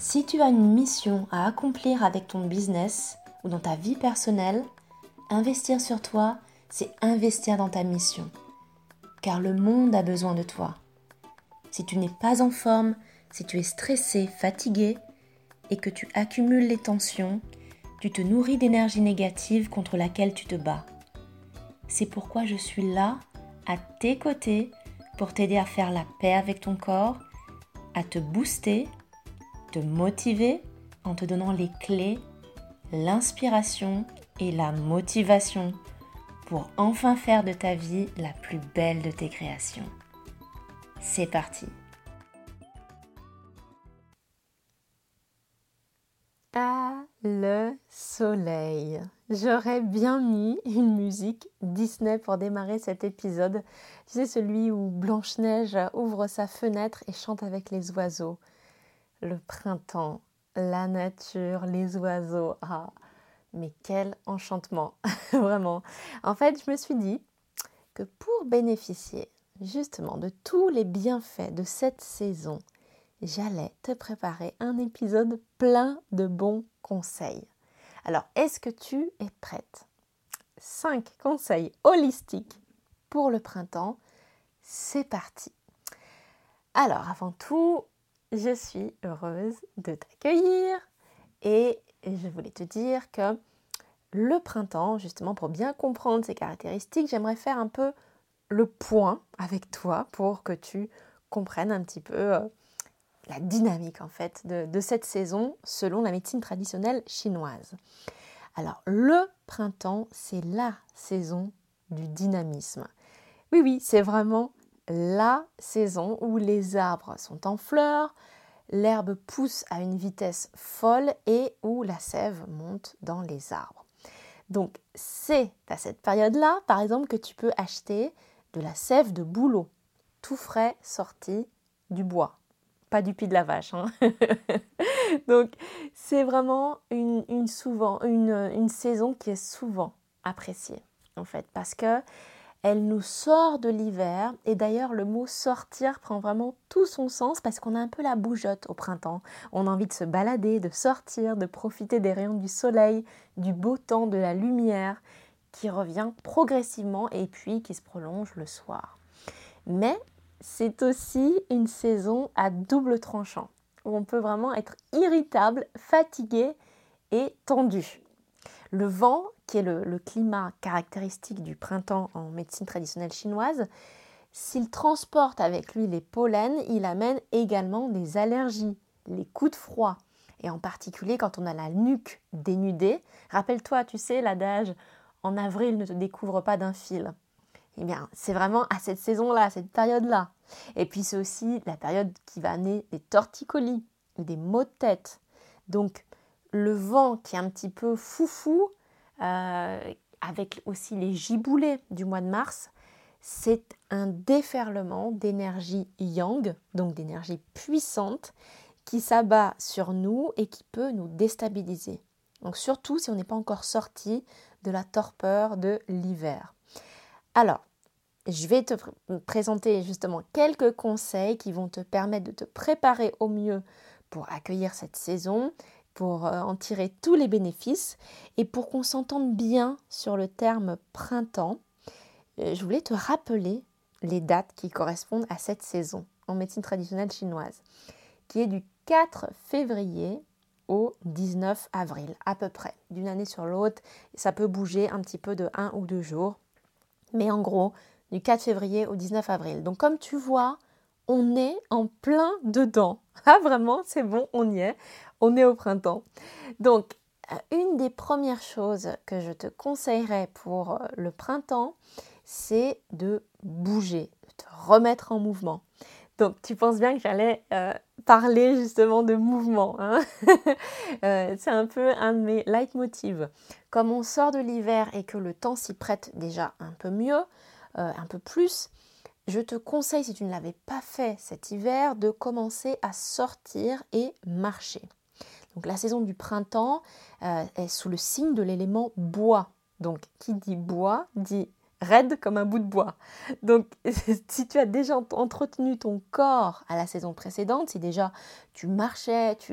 Si tu as une mission à accomplir avec ton business ou dans ta vie personnelle, investir sur toi, c'est investir dans ta mission. Car le monde a besoin de toi. Si tu n'es pas en forme, si tu es stressé, fatigué et que tu accumules les tensions, tu te nourris d'énergie négative contre laquelle tu te bats. C'est pourquoi je suis là, à tes côtés, pour t'aider à faire la paix avec ton corps, à te booster, te motiver en te donnant les clés, l'inspiration et la motivation pour enfin faire de ta vie la plus belle de tes créations. C'est parti! Ah, le soleil! J'aurais bien mis une musique Disney pour démarrer cet épisode. Tu sais, celui où Blanche-Neige ouvre sa fenêtre et chante avec les oiseaux. Le printemps, la nature, les oiseaux. Ah, mais quel enchantement! Vraiment. En fait, je me suis dit que pour bénéficier justement de tous les bienfaits de cette saison, j'allais te préparer un épisode plein de bons conseils. Alors, est-ce que tu es prête? 5 conseils holistiques pour le printemps. C'est parti! Alors, avant tout, je suis heureuse de t'accueillir et je voulais te dire que le printemps, justement, pour bien comprendre ses caractéristiques, j'aimerais faire un peu le point avec toi pour que tu comprennes un petit peu la dynamique en fait de cette saison selon la médecine traditionnelle chinoise. Alors le printemps, c'est la saison du dynamisme. Oui, c'est vraiment la saison où les arbres sont en fleurs, l'herbe pousse à une vitesse folle et où la sève monte dans les arbres. Donc c'est à cette période-là, par exemple, que tu peux acheter de la sève de bouleau, tout frais sorti du bois. Pas du pied de la vache. Hein. Donc, c'est vraiment une saison qui est souvent appréciée, en fait, parce que elle nous sort de l'hiver. Et d'ailleurs, le mot sortir prend vraiment tout son sens parce qu'on a un peu la bougeotte au printemps. On a envie de se balader, de sortir, de profiter des rayons du soleil, du beau temps, de la lumière qui revient progressivement et puis qui se prolonge le soir. Mais c'est aussi une saison à double tranchant, où on peut vraiment être irritable, fatigué et tendu. Le vent, qui est le climat caractéristique du printemps en médecine traditionnelle chinoise, s'il transporte avec lui les pollens, il amène également des allergies, les coups de froid, et en particulier quand on a la nuque dénudée. Rappelle-toi, tu sais, l'adage « En avril, ne te découvre pas d'un fil ». Eh bien, c'est vraiment à cette saison-là, à cette période-là. Et puis, c'est aussi la période qui va amener des torticolis, des maux de tête. Donc, le vent qui est un petit peu foufou, avec aussi les giboulées du mois de mars, c'est un déferlement d'énergie yang, donc d'énergie puissante, qui s'abat sur nous et qui peut nous déstabiliser. Donc, surtout si on n'est pas encore sorti de la torpeur de l'hiver. Alors, je vais te présenter justement quelques conseils qui vont te permettre de te préparer au mieux pour accueillir cette saison, pour en tirer tous les bénéfices et pour qu'on s'entende bien sur le terme printemps. Je voulais te rappeler les dates qui correspondent à cette saison en médecine traditionnelle chinoise, qui est du 4 février au 19 avril à peu près. D'une année sur l'autre, ça peut bouger un petit peu de 1 ou 2 jours. Mais en gros, du 4 février au 19 avril. Donc comme tu vois, on est en plein dedans. Ah vraiment, c'est bon, on y est. On est au printemps. Donc, une des premières choses que je te conseillerais pour le printemps, c'est de bouger, de te remettre en mouvement. Donc, tu penses bien que j'allais parler justement de mouvement. Hein. C'est un peu un de mes leitmotivs. Comme on sort de l'hiver et que le temps s'y prête déjà un peu mieux, un peu plus, je te conseille, si tu ne l'avais pas fait cet hiver, de commencer à sortir et marcher. Donc, la saison du printemps est sous le signe de l'élément bois. Donc, qui dit bois dit raide comme un bout de bois. Donc, si tu as déjà entretenu ton corps à la saison précédente, si déjà tu marchais, tu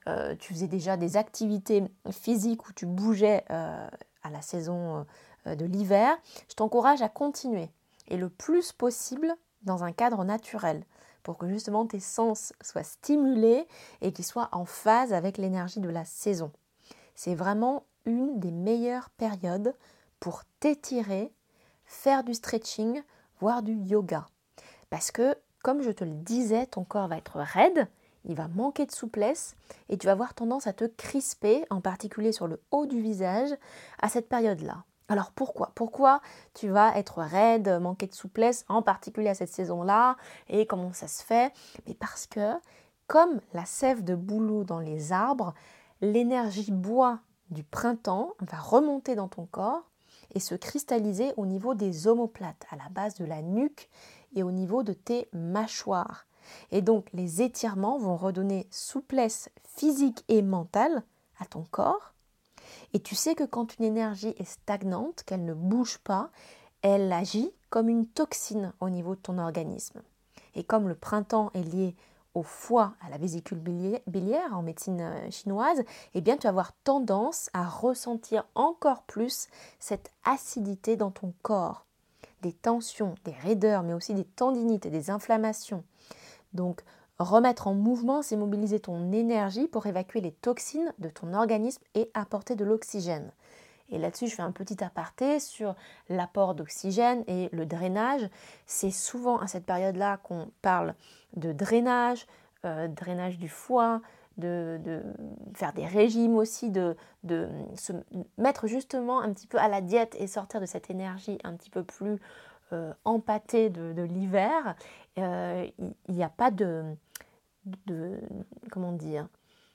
tu faisais déjà des activités physiques où tu bougeais à la saison de l'hiver, je t'encourage à continuer et le plus possible dans un cadre naturel pour que justement tes sens soient stimulés et qu'ils soient en phase avec l'énergie de la saison. C'est vraiment une des meilleures périodes pour t'étirer, faire du stretching, voire du yoga. Parce que, comme je te le disais, ton corps va être raide, il va manquer de souplesse et tu vas avoir tendance à te crisper, en particulier sur le haut du visage, à cette période-là. Alors pourquoi ? Pourquoi tu vas être raide, manquer de souplesse, en particulier à cette saison-là ? Et comment ça se fait ? Mais parce que, comme la sève de bouleau dans les arbres, l'énergie bois du printemps va remonter dans ton corps et se cristalliser au niveau des omoplates, à la base de la nuque et au niveau de tes mâchoires. Et donc les étirements vont redonner souplesse physique et mentale à ton corps. Et tu sais que quand une énergie est stagnante, qu'elle ne bouge pas, elle agit comme une toxine au niveau de ton organisme. Et comme le printemps est lié au foie, à la vésicule biliaire en médecine chinoise, eh bien tu vas avoir tendance à ressentir encore plus cette acidité dans ton corps. Des tensions, des raideurs, mais aussi des tendinites et des inflammations. Donc, remettre en mouvement, c'est mobiliser ton énergie pour évacuer les toxines de ton organisme et apporter de l'oxygène. Et là-dessus, je fais un petit aparté sur l'apport d'oxygène et le drainage. C'est souvent à cette période-là qu'on parle de drainage, drainage du foie, de faire des régimes aussi, de se mettre justement un petit peu à la diète et sortir de cette énergie un petit peu plus empâtée de l'hiver. Il n'y a pas comment dire,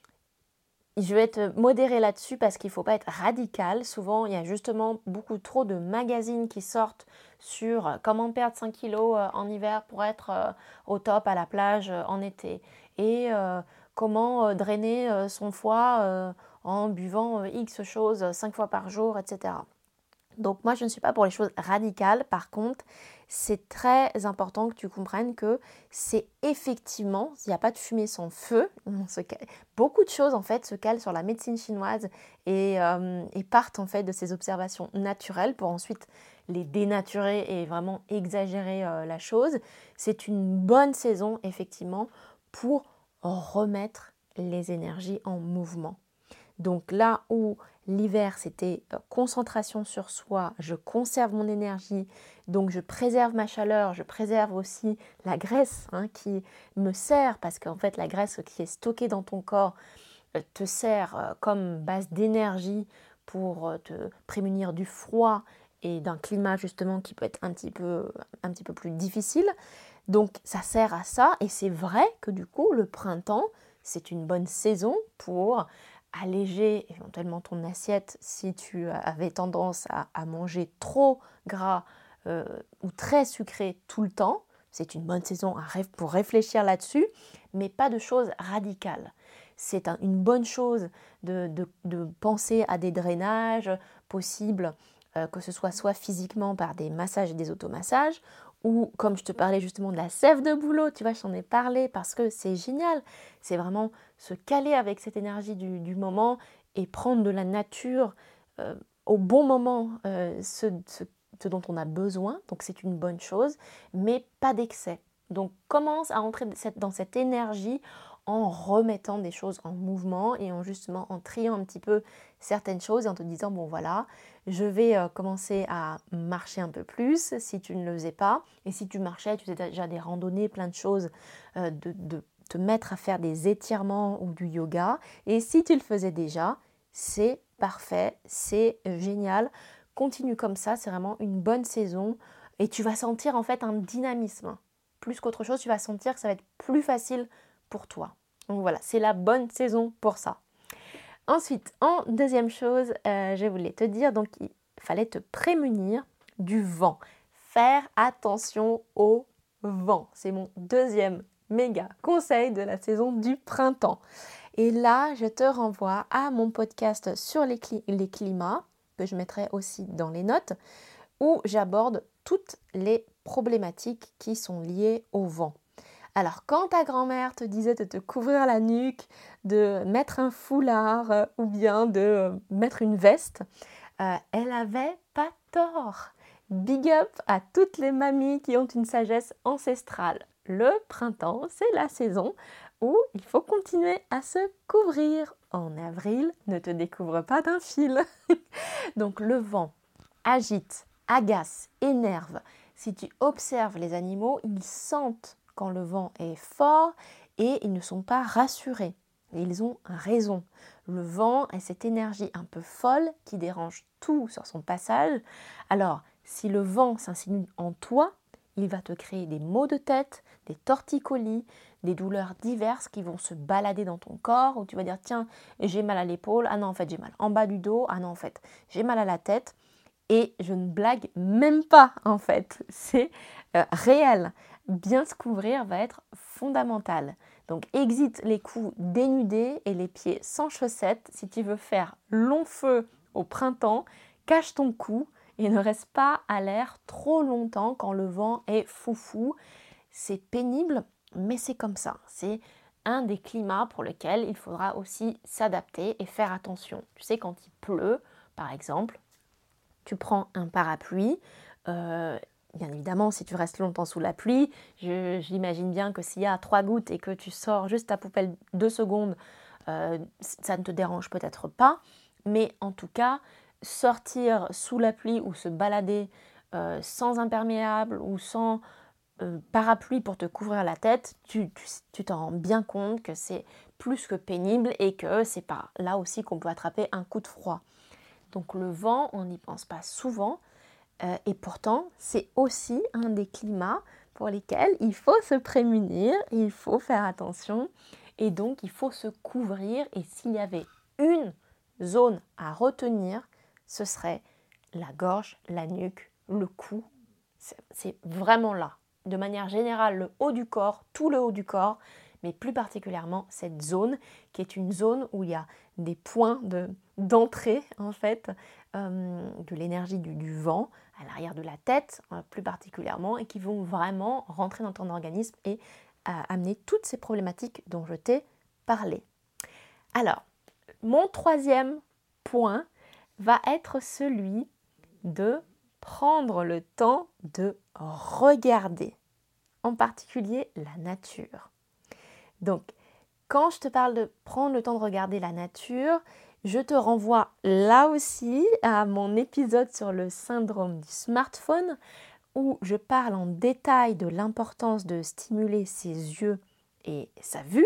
je vais être modérée là-dessus parce qu'il ne faut pas être radical. Souvent, il y a justement beaucoup trop de magazines qui sortent sur comment perdre 5 kilos en hiver pour être au top à la plage en été. Et comment drainer son foie en buvant X choses 5 fois par jour, etc. Donc moi, je ne suis pas pour les choses radicales. Par contre, c'est très important que tu comprennes que c'est effectivement, il n'y a pas de fumée sans feu. Beaucoup de choses en fait se calent sur la médecine chinoise et partent en fait de ces observations naturelles pour ensuite les dénaturer et vraiment exagérer la chose. C'est une bonne saison effectivement pour remettre les énergies en mouvement. Donc là où l'hiver, c'était concentration sur soi, je conserve mon énergie, donc je préserve ma chaleur, je préserve aussi la graisse qui me sert, parce qu'en fait la graisse qui est stockée dans ton corps te sert comme base d'énergie pour te prémunir du froid et d'un climat justement qui peut être un petit peu plus difficile. Donc ça sert à ça et c'est vrai que du coup le printemps, c'est une bonne saison pour alléger éventuellement ton assiette si tu avais tendance à manger trop gras ou très sucré tout le temps. C'est une bonne saison pour réfléchir là-dessus, mais pas de choses radicales. C'est une bonne chose de penser à des drainages possibles, que ce soit physiquement par des massages et des automassages, ou comme je te parlais justement de la sève de bouleau, tu vois, je t'en ai parlé parce que c'est génial. C'est vraiment se caler avec cette énergie du moment et prendre de la nature au bon moment, ce dont on a besoin. Donc c'est une bonne chose, mais pas d'excès. Donc commence à entrer dans cette énergie en remettant des choses en mouvement et en triant un petit peu certaines choses et en te disant bon voilà, je vais commencer à marcher un peu plus si tu ne le faisais pas. Et si tu marchais, tu faisais déjà des randonnées, plein de choses, de te mettre à faire des étirements ou du yoga. Et si tu le faisais déjà, c'est parfait, c'est génial. Continue comme ça, c'est vraiment une bonne saison. Et tu vas sentir en fait un dynamisme. Plus qu'autre chose, tu vas sentir que ça va être plus facile pour toi. Donc voilà, c'est la bonne saison pour ça. Ensuite, en deuxième chose, je voulais te dire, donc il fallait te prémunir du vent. Faire attention au vent. C'est mon deuxième méga conseil de la saison du printemps. Et là, je te renvoie à mon podcast sur les climats, que je mettrai aussi dans les notes, où j'aborde toutes les problématiques qui sont liées au vent. Alors, quand ta grand-mère te disait de te couvrir la nuque, de mettre un foulard ou bien de mettre une veste, elle avait pas tort. Big up à toutes les mamies qui ont une sagesse ancestrale. Le printemps, c'est la saison où il faut continuer à se couvrir. En avril, ne te découvre pas d'un fil. Donc le vent agite, agace, énerve. Si tu observes les animaux, ils sentent quand le vent est fort et ils ne sont pas rassurés. Et ils ont raison. Le vent est cette énergie un peu folle qui dérange tout sur son passage. Alors, si le vent s'insinue en toi, il va te créer des maux de tête, des torticolis, des douleurs diverses qui vont se balader dans ton corps, où tu vas dire tiens, j'ai mal à l'épaule, ah non en fait j'ai mal en bas du dos, ah non en fait j'ai mal à la tête. Et je ne blague même pas en fait, c'est réel. Bien se couvrir va être fondamental. Donc exite les coups dénudés et les pieds sans chaussettes si tu veux faire long feu au printemps, cache ton cou et ne reste pas à l'air trop longtemps quand le vent est foufou. C'est pénible, mais c'est comme ça. C'est un des climats pour lesquels il faudra aussi s'adapter et faire attention. Tu sais, quand il pleut, par exemple, tu prends un parapluie. Bien évidemment, si tu restes longtemps sous la pluie, j'imagine bien que s'il y a 3 gouttes et que tu sors juste ta poubelle 2 secondes, ça ne te dérange peut-être pas. Mais en tout cas, sortir sous la pluie ou se balader sans imperméable ou sans parapluie pour te couvrir la tête, tu t'en rends bien compte que c'est plus que pénible et que c'est pas là aussi qu'on peut attraper un coup de froid. Donc le vent, on n'y pense pas souvent et pourtant c'est aussi un des climats pour lesquels il faut se prémunir, il faut faire attention et donc il faut se couvrir. Et s'il y avait une zone à retenir, ce serait la gorge, la nuque, le cou. C'est vraiment là. De manière générale, le haut du corps, tout le haut du corps, mais plus particulièrement cette zone qui est une zone où il y a des points d'entrée en fait de l'énergie du vent à l'arrière de la tête plus particulièrement et qui vont vraiment rentrer dans ton organisme et amener toutes ces problématiques dont je t'ai parlé. Alors, mon troisième point va être celui de prendre le temps de regarder, en particulier la nature. Donc, quand je te parle de prendre le temps de regarder la nature, je te renvoie là aussi à mon épisode sur le syndrome du smartphone où je parle en détail de l'importance de stimuler ses yeux et sa vue.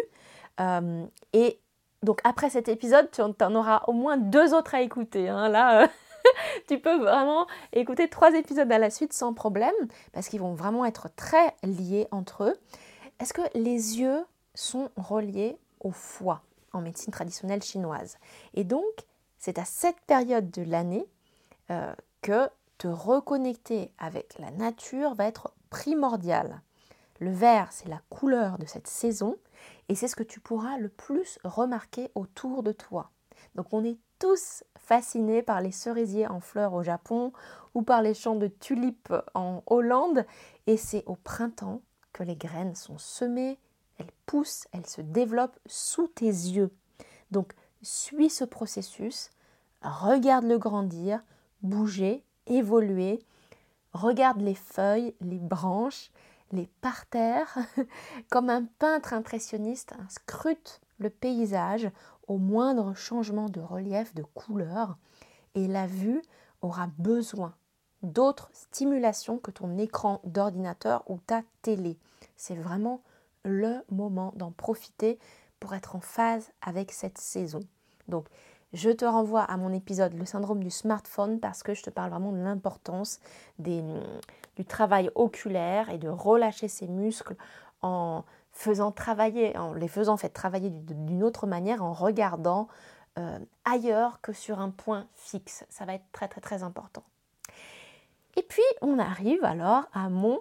Et donc après cet épisode, tu en auras au moins 2 autres à écouter. Là, tu peux vraiment écouter 3 épisodes à la suite sans problème parce qu'ils vont vraiment être très liés entre eux. Est-ce que les yeux sont reliés au foie en médecine traditionnelle chinoise? Et donc, c'est à cette période de l'année que te reconnecter avec la nature va être primordial. Le vert, c'est la couleur de cette saison et c'est ce que tu pourras le plus remarquer autour de toi. Donc on est tous fascinés par les cerisiers en fleurs au Japon ou par les champs de tulipes en Hollande et c'est au printemps que les graines sont semées, elles poussent, elles se développent sous tes yeux. Donc suis ce processus, regarde-le grandir, bouger, évoluer, regarde les feuilles, les branches, les parterres, comme un peintre impressionniste scrute le paysage au moindre changement de relief, de couleur, et la vue aura besoin d'autres stimulations que ton écran d'ordinateur ou ta télé. C'est vraiment le moment d'en profiter pour être en phase avec cette saison. Donc, je te renvoie à mon épisode Le syndrome du smartphone parce que je te parle vraiment de l'importance du travail oculaire et de relâcher ses muscles en les faisant travailler d'une autre manière, en regardant ailleurs que sur un point fixe. Ça va être très très très important. Et puis on arrive alors à mon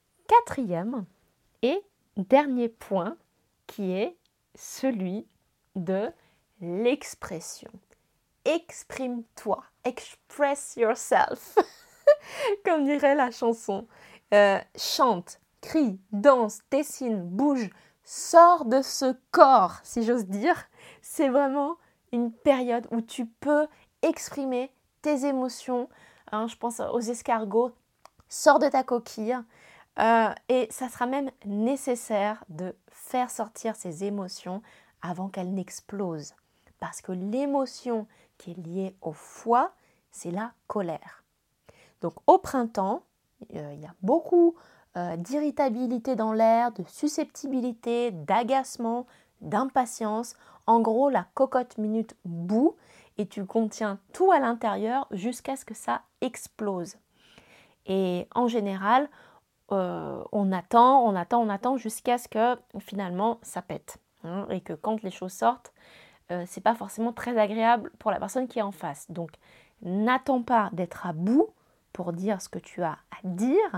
4e et dernier point qui est celui de l'expression. Exprime-toi, express yourself, comme dirait la chanson. Chante, crie, danse, dessine, bouge, sors de ce corps, si j'ose dire. C'est vraiment une période où tu peux exprimer tes émotions. Je pense aux escargots. Sors de ta coquille. Et ça sera même nécessaire de faire sortir ces émotions avant qu'elles n'explosent. Parce que l'émotion qui est liée au foie, c'est la colère. Donc au printemps, il y a beaucoup d'irritabilité dans l'air, de susceptibilité, d'agacement, d'impatience. En gros, la cocotte minute bout et tu contiens tout à l'intérieur jusqu'à ce que ça explose. Et en général, on attend jusqu'à ce que finalement ça pète. Et que quand les choses sortent, c'est pas forcément très agréable pour la personne qui est en face. Donc n'attends pas d'être à bout pour dire ce que tu as à dire.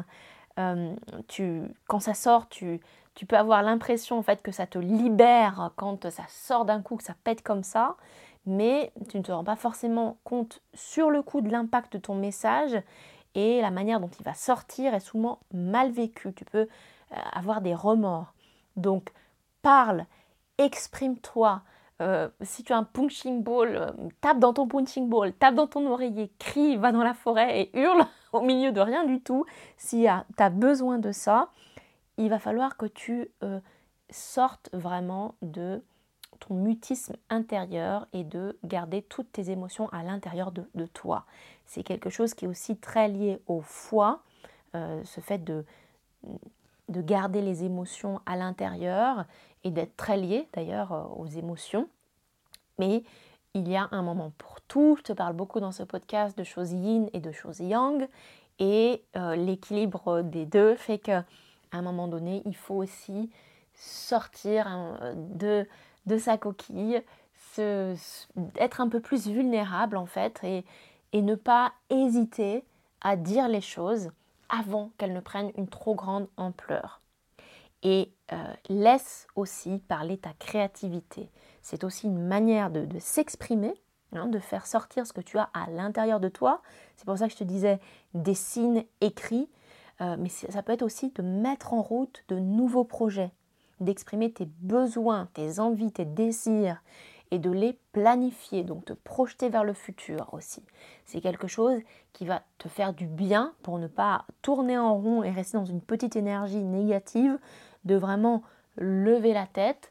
Quand ça sort, tu peux avoir l'impression en fait que ça te libère quand ça sort d'un coup, que ça pète comme ça, mais tu ne te rends pas forcément compte sur le coup de l'impact de ton message et la manière dont il va sortir est souvent mal vécu. Tu peux avoir des remords. Donc parle, exprime-toi. Si tu as un punching ball, tape dans ton punching ball, tape dans ton oreiller, crie, va dans la forêt et hurle au milieu de rien du tout. Si tu as besoin de ça, il va falloir que tu sortes vraiment de ton mutisme intérieur et de garder toutes tes émotions à l'intérieur de toi. C'est quelque chose qui est aussi très lié au foie, ce fait de garder les émotions à l'intérieur et d'être très lié d'ailleurs aux émotions. Mais il y a un moment pour tout. Je te parle beaucoup dans ce podcast de choses yin et de choses yang. Et l'équilibre des deux fait qu'à un moment donné, il faut aussi sortir de sa coquille, être un peu plus vulnérable en fait et ne pas hésiter à dire les choses avant qu'elles ne prennent une trop grande ampleur. Et laisse aussi parler ta créativité. C'est aussi une manière de s'exprimer, de faire sortir ce que tu as à l'intérieur de toi. C'est pour ça que je te disais dessine, écris, mais ça peut être aussi de mettre en route de nouveaux projets, d'exprimer tes besoins, tes envies, tes désirs et de les planifier, donc te projeter vers le futur aussi. C'est quelque chose qui va te faire du bien pour ne pas tourner en rond et rester dans une petite énergie négative, de vraiment lever la tête,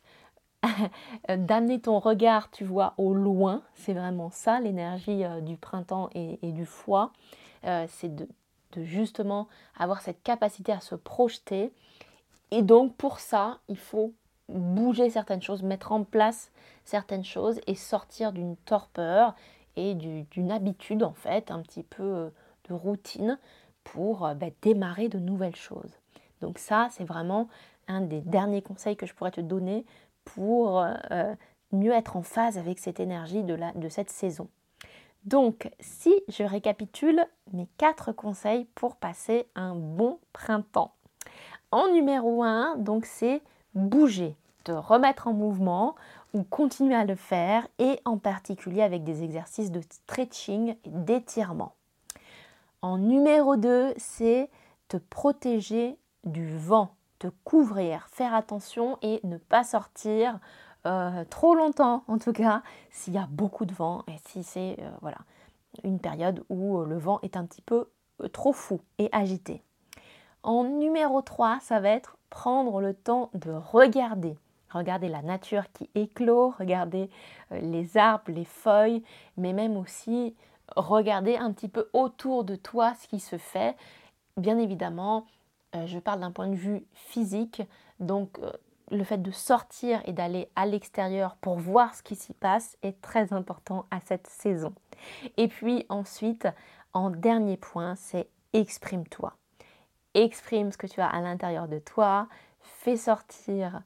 d'amener ton regard, tu vois, au loin. C'est vraiment ça l'énergie du printemps et du foie. C'est de justement avoir cette capacité à se projeter. Et donc pour ça, il faut bouger certaines choses, mettre en place certaines choses et sortir d'une torpeur et d'une habitude en fait, un petit peu de routine pour démarrer de nouvelles choses. Donc ça, c'est vraiment un des derniers conseils que je pourrais te donner pour mieux être en phase avec cette énergie de cette saison. Donc, si je récapitule mes 4 conseils pour passer un bon printemps. En numéro 1, donc c'est bouger, te remettre en mouvement ou continuer à le faire et en particulier avec des exercices de stretching et d'étirement. En numéro 2, c'est te protéger du vent, te couvrir, faire attention et ne pas sortir trop longtemps en tout cas s'il y a beaucoup de vent et si c'est une période où le vent est un petit peu trop fou et agité. En numéro 3, ça va être prendre le temps de regarder. Regarder la nature qui éclot, regarder les arbres, les feuilles, mais même aussi regarder un petit peu autour de toi ce qui se fait. Bien évidemment, je parle d'un point de vue physique, donc le fait de sortir et d'aller à l'extérieur pour voir ce qui s'y passe est très important à cette saison. Et puis ensuite, en dernier point, c'est exprime-toi. Exprime ce que tu as à l'intérieur de toi, fais sortir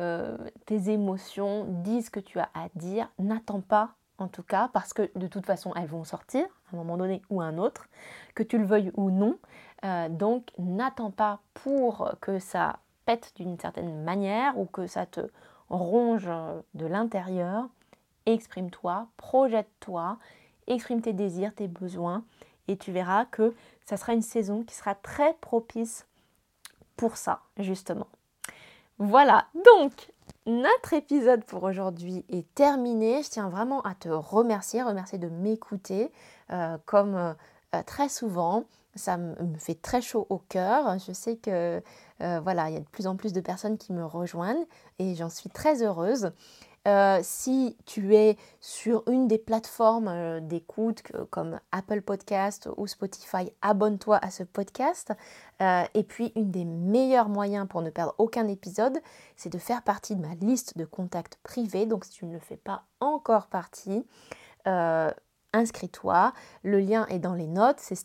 tes émotions, dis ce que tu as à dire, n'attends pas en tout cas, parce que de toute façon elles vont sortir à un moment donné ou à un autre, que tu le veuilles ou non. Donc n'attends pas pour que ça pète d'une certaine manière ou que ça te ronge de l'intérieur. Exprime-toi, projette-toi, exprime tes désirs, tes besoins et tu verras que ça sera une saison qui sera très propice pour ça, justement. Voilà, donc notre épisode pour aujourd'hui est terminé. Je tiens vraiment à te remercier de m'écouter comme très souvent. Ça me fait très chaud au cœur. Je sais que voilà, il y a de plus en plus de personnes qui me rejoignent et j'en suis très heureuse. Si tu es sur une des plateformes d'écoute comme Apple Podcast ou Spotify, abonne-toi à ce podcast. Et puis, une des meilleurs moyens pour ne perdre aucun épisode, c'est de faire partie de ma liste de contacts privés. Donc, si tu ne le fais pas encore partie, inscris-toi. Le lien est dans les notes. C'est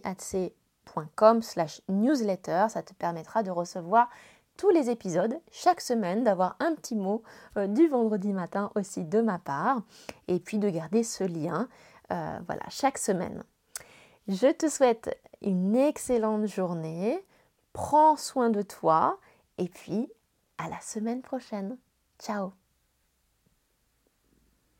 stéphaniehatse.com/newsletter. Ça te permettra de recevoir tous les épisodes chaque semaine, d'avoir un petit mot du vendredi matin aussi de ma part et puis de garder ce lien voilà, chaque semaine. Je te souhaite une excellente journée, prends soin de toi et puis à la semaine prochaine. Ciao!